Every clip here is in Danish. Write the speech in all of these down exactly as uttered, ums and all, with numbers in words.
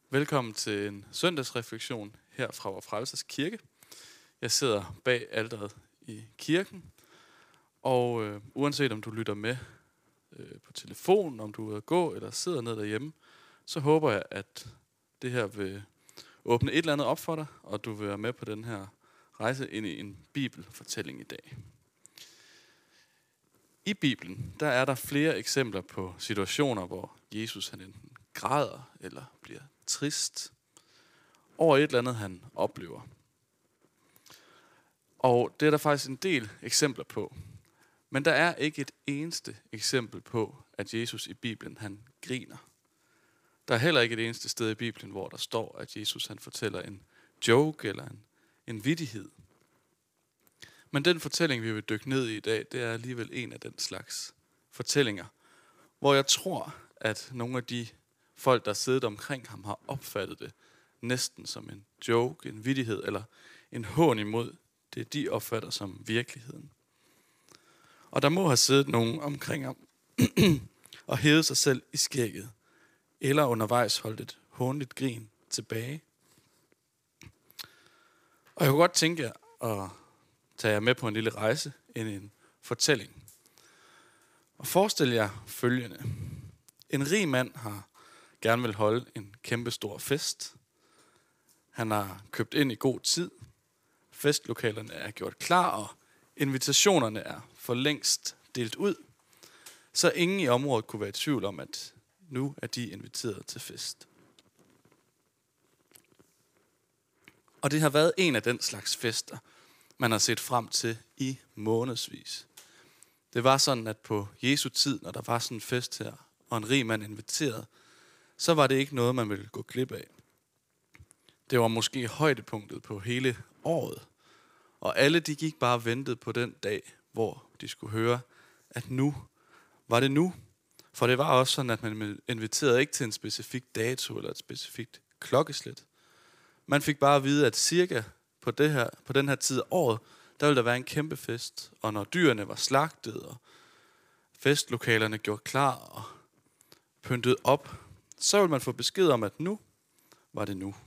Velkommen til en søndagsrefleksion her fra Vor Frelsers Kirke. Jeg sidder bag alteret i kirken, og øh, uanset om du lytter med øh, på telefon, om du er ude at gå eller sidder ned derhjemme, så håber jeg, at det her vil åbne et eller andet op for dig, og du vil være med på den her rejse ind i en bibelfortælling i dag. I Bibelen, der er der flere eksempler på situationer, hvor Jesus han enten græder eller bliver trist over et eller andet, han oplever. Og det er der faktisk en del eksempler på. Men der er ikke et eneste eksempel på, at Jesus i Bibelen han griner. Der er heller ikke et eneste sted i Bibelen, hvor der står, at Jesus han fortæller en joke eller en, en vittighed. Men den fortælling, vi vil dykke ned i i dag, det er alligevel en af den slags fortællinger, hvor jeg tror, at nogle af de folk, der sidder omkring ham, har opfattet det næsten som en joke, en vittighed eller en hån imod det, de opfatter som virkeligheden. Og der må have siddet nogen omkring ham og hævet sig selv i skægget, eller undervejs holdt et hånligt grin tilbage. Og jeg kunne godt tænke jer at tage jer med på en lille rejse ind i en fortælling. Og forestil jer følgende. En rig mand har gerne vil holde en kæmpe stor fest. Han har købt ind i god tid. Festlokalerne er gjort klar, og invitationerne er for længst delt ud. Så ingen i området kunne være i tvivl om, at nu er de inviteret til fest. Og det har været en af den slags fester, man har set frem til i månedsvis. Det var sådan, at på Jesu tid, når der var sådan en fest her, og en rig mand inviteret, så var det ikke noget, man ville gå glip af. Det var måske højdepunktet på hele året, og alle de gik bare og ventede på den dag, hvor de skulle høre, at nu var det nu. For det var også sådan, at man inviterede ikke til en specifik dato eller et specifikt klokkeslæt. Man fik bare at vide, at cirka på, det her, på den her tid af året, der ville der være en kæmpe fest. Og når dyrene var slagtet, og festlokalerne gjort klar og pyntet op, så ville man få besked om, at nu var det nu.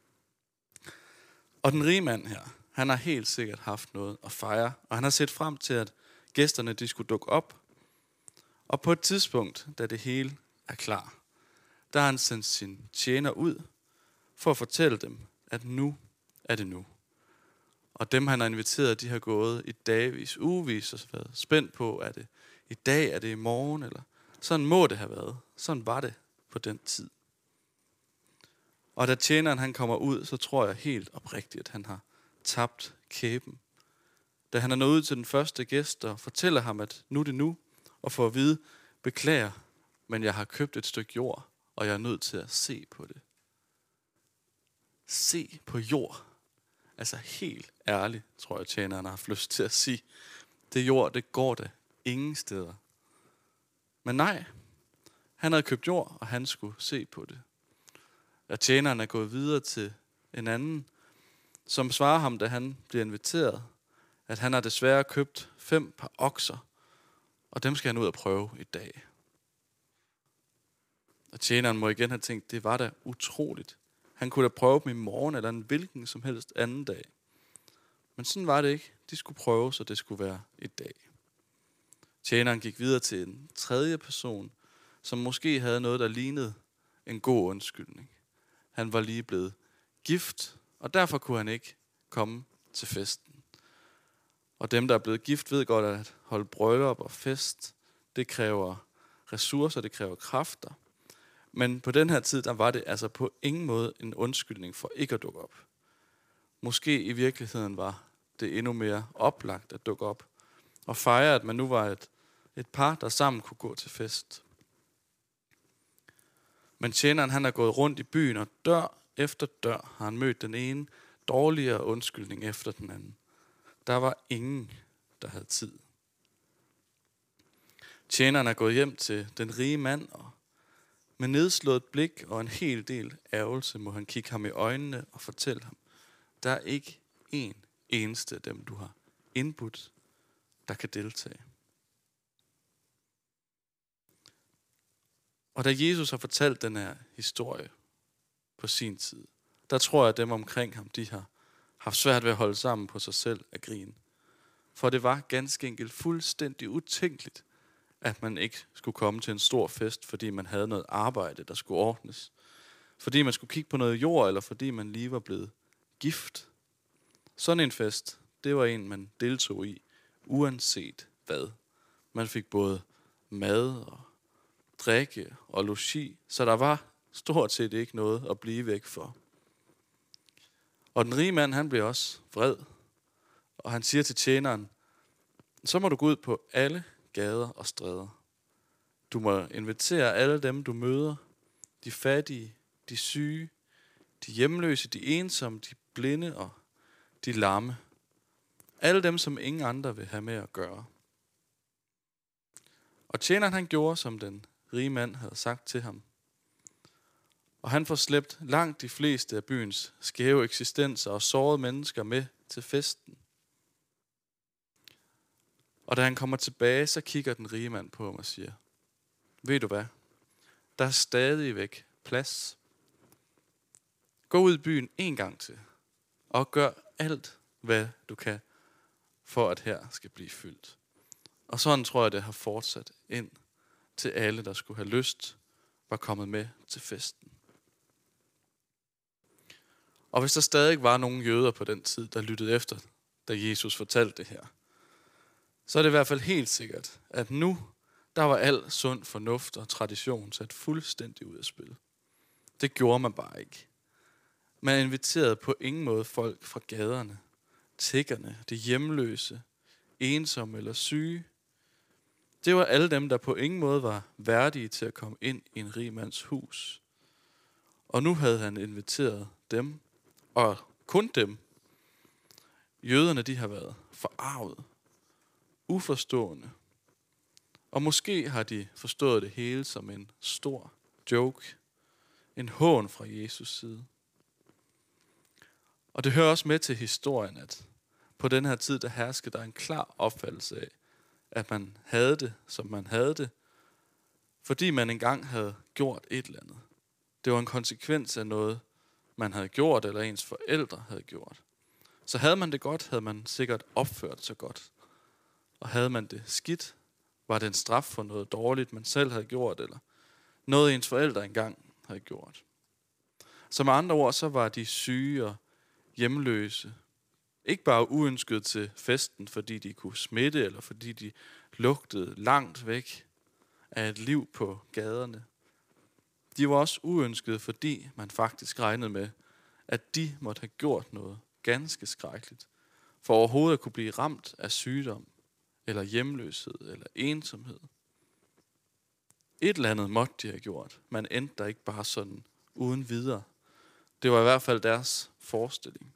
Og den rige mand her, han har helt sikkert haft noget at fejre, og han har set frem til, at gæsterne de skulle dukke op. Og på et tidspunkt, da det hele er klar, der har han sendt sin tjener ud for at fortælle dem, at nu er det nu. Og dem, han har inviteret, de har gået i dagvis, ugevis og været spændt på, er det i dag, er det i morgen, eller sådan må det have været. Sådan var det på den tid. Og da tjeneren han kommer ud, så tror jeg helt oprigtigt, at han har tabt kæben. Da han er nået ud til den første gæst og fortæller ham, at nu er det nu, og får at vide, beklager, men jeg har købt et stykke jord, og jeg er nødt til at se på det. Se på jord. Altså helt ærligt, tror jeg, tjeneren har haft lyst til at sige. Det jord, det går da ingen steder. Men nej, han havde købt jord, og han skulle se på det. Da tjeneren er gået videre til en anden, som svarer ham, da han bliver inviteret, at han har desværre købt fem par okser, og dem skal han ud og prøve i dag. Og tjeneren må igen have tænkt, det var da utroligt. Han kunne da prøve dem i morgen eller en hvilken som helst anden dag. Men sådan var det ikke. De skulle prøve, så det skulle være i dag. Tjeneren gik videre til en tredje person, som måske havde noget, der lignede en god undskyldning. Han var lige blevet gift, og derfor kunne han ikke komme til festen. Og dem, der er blevet gift, ved godt, at holde bryllup og fest, det kræver ressourcer, det kræver kræfter. Men på den her tid, der var det altså på ingen måde en undskyldning for ikke at dukke op. Måske i virkeligheden var det endnu mere oplagt at dukke op og fejre, at man nu var et, et par, der sammen kunne gå til fest. Men tjeneren han er gået rundt i byen, og dør efter dør har han mødt den ene dårligere undskyldning efter den anden. Der var ingen, der havde tid. Tjeneren er gået hjem til den rige mand, og med nedslået blik og en hel del ærgelse må han kigge ham i øjnene og fortælle ham, der er ikke én eneste af dem, du har indbudt, der kan deltage. Og da Jesus har fortalt den her historie, på sin tid. Der tror jeg, at dem omkring ham, de har haft svært ved at holde sammen på sig selv af grin. For det var ganske enkelt fuldstændig utænkeligt, at man ikke skulle komme til en stor fest, fordi man havde noget arbejde, der skulle ordnes. Fordi man skulle kigge på noget jord, eller fordi man lige var blevet gift. Sådan en fest, det var en, man deltog i, uanset hvad. Man fik både mad og drikke og logi, så der var stort set ikke noget at blive væk for. Og den rige mand, han blev også vred, og han siger til tjeneren, så må du gå ud på alle gader og stræder. Du må invitere alle dem, du møder, de fattige, de syge, de hjemløse, de ensomme, de blinde og de lamme. Alle dem, som ingen andre vil have med at gøre. Og tjeneren, han gjorde, som den rige mand havde sagt til ham. Og han får slæbt langt de fleste af byens skæve eksistenser og sårede mennesker med til festen. Og da han kommer tilbage, så kigger den rige mand på ham og siger, ved du hvad, der er stadigvæk plads. Gå ud i byen en gang til, og gør alt, hvad du kan, for at her skal blive fyldt. Og sådan tror jeg, det har fortsat ind til alle, der skulle have lyst, var kommet med til festen. Og hvis der stadig var nogle jøder på den tid, der lyttede efter, da Jesus fortalte det her, så er det i hvert fald helt sikkert, at nu, der var al sund fornuft og tradition sat fuldstændig ud af spil. Det gjorde man bare ikke. Man inviterede på ingen måde folk fra gaderne, tiggerne, de hjemløse, ensomme eller syge. Det var alle dem, der på ingen måde var værdige til at komme ind i en rig mands hus. Og nu havde han inviteret dem, og kun dem. Jøderne, de har været forarvet, uforstående. Og måske har de forstået det hele som en stor joke, en hån fra Jesus side. Og det hører også med til historien, at på den her tid, der herskede der en klar opfattelse af, at man havde det, som man havde det, fordi man engang havde gjort et eller andet. Det var en konsekvens af noget, man havde gjort, eller ens forældre havde gjort. Så havde man det godt, havde man sikkert opført sig godt. Og havde man det skidt, var det en straf for noget dårligt, man selv havde gjort, eller noget ens forældre engang havde gjort. Så med andre ord, så var de syge og hjemløse ikke bare uønsket til festen, fordi de kunne smitte, eller fordi de lugtede langt væk af et liv på gaderne. De var også uønskede, fordi man faktisk regnede med, at de måtte have gjort noget ganske skrækkeligt, for overhovedet at kunne blive ramt af sygdom, eller hjemløshed, eller ensomhed. Et eller andet måtte de have gjort. Man endte der ikke bare sådan uden videre. Det var i hvert fald deres forestilling.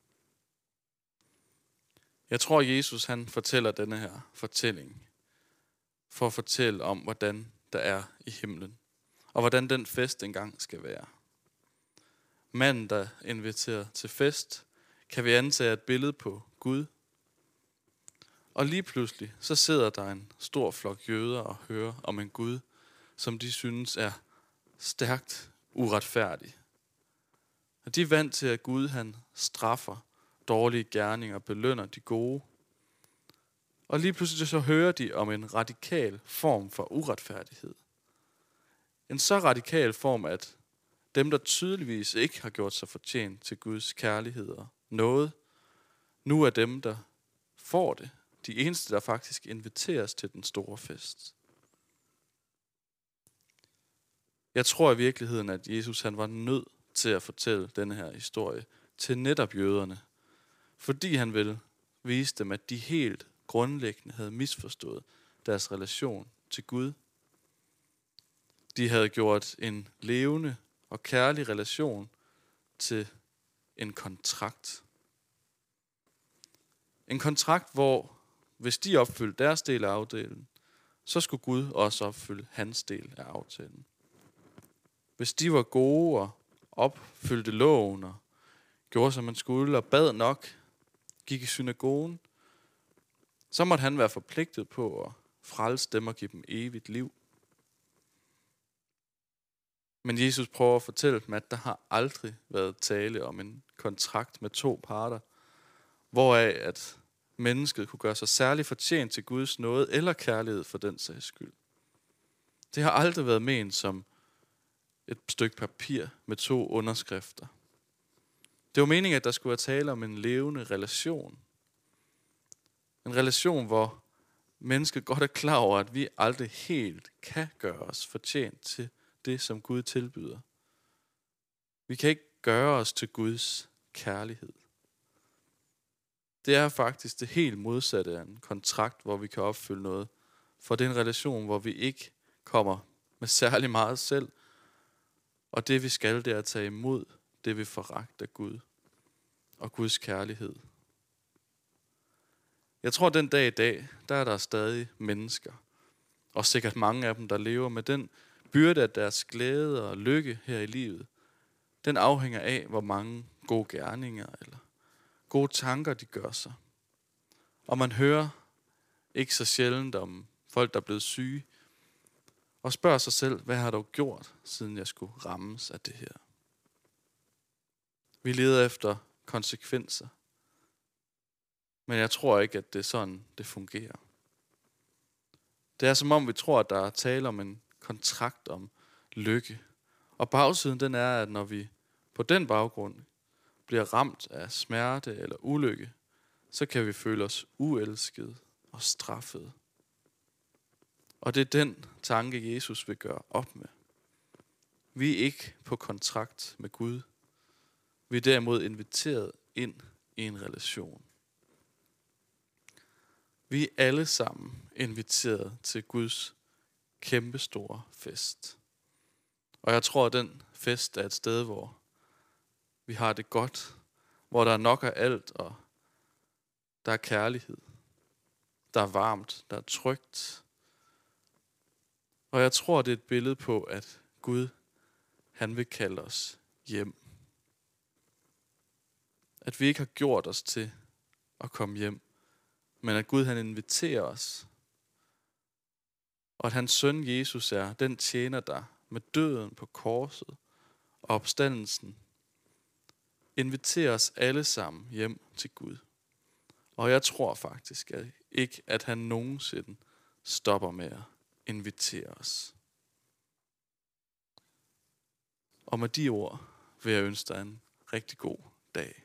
Jeg tror, Jesus han fortæller denne her fortælling for at fortælle om, hvordan der er i himlen, og hvordan den fest engang skal være. Manden, der inviterer til fest, kan vi antage et billede på Gud. Og lige pludselig, så sidder der en stor flok jøder og hører om en Gud, som de synes er stærkt uretfærdig. Og de er vant til, at Gud han straffer dårlige gerninger og belønner de gode. Og lige pludselig så hører de om en radikal form for uretfærdighed. En så radikal form, at dem, der tydeligvis ikke har gjort sig fortjent til Guds kærlighed og noget, nu er dem, der får det, de eneste, der faktisk inviteres til den store fest. Jeg tror i virkeligheden, at Jesus han var nødt til at fortælle denne her historie til netop jøderne, fordi han ville vise dem, at de helt grundlæggende havde misforstået deres relation til Gud. De havde gjort en levende og kærlig relation til en kontrakt. En kontrakt, hvor hvis de opfyldte deres del af aftalen, så skulle Gud også opfylde hans del af aftalen. Hvis de var gode og opfyldte loven og gjorde, som man skulle og bad nok, gik i synagogen, så måtte han være forpligtet på at frelse dem og give dem evigt liv. Men Jesus prøver at fortælle dem, at der har aldrig været tale om en kontrakt med to parter, hvoraf at mennesket kunne gøre sig særlig fortjent til Guds nåde eller kærlighed for den sags skyld. Det har aldrig været ment som et stykke papir med to underskrifter. Det var meningen, at der skulle være tale om en levende relation. En relation, hvor mennesket godt er klar over, at vi aldrig helt kan gøre os fortjent til det, som Gud tilbyder. Vi kan ikke gøre os til Guds kærlighed. Det er faktisk det helt modsatte af en kontrakt, hvor vi kan opfylde noget. For det er en relation, hvor vi ikke kommer med særlig meget selv, og det vi skal, det er at tage imod det vi foragt af Gud og Guds kærlighed. Jeg tror, den dag i dag, der er der stadig mennesker, og sikkert mange af dem, der lever med den byrde af deres glæde og lykke her i livet. Den afhænger af, hvor mange gode gerninger eller gode tanker de gør sig. Og man hører ikke så sjældent om folk, der er blevet syge, og spørger sig selv, hvad har du gjort, siden jeg skulle rammes af det her? Vi leder efter konsekvenser, men jeg tror ikke, at det er sådan, det fungerer. Det er som om, vi tror, at der er tale om en kontrakt om lykke. Og bagsiden den er, at når vi på den baggrund bliver ramt af smerte eller ulykke, så kan vi føle os uelskede og straffede. Og det er den tanke, Jesus vil gøre op med. Vi er ikke på kontrakt med Gud. Vi er derimod inviteret ind i en relation. Vi er alle sammen inviteret til Guds kæmpestore fest. Og jeg tror, at den fest er et sted, hvor vi har det godt, hvor der er nok af alt, og der er kærlighed, der er varmt, der er trygt. Og jeg tror, det er et billede på, at Gud, han vil kalde os hjem. At vi ikke har gjort os til at komme hjem, men at Gud, han inviterer os. Og at hans søn Jesus er den tjener, der med døden på korset og opstandelsen inviterer os alle sammen hjem til Gud. Og jeg tror faktisk at ikke, at han nogensinde stopper med at invitere os. Og med de ord vil jeg ønske dig en rigtig god dag.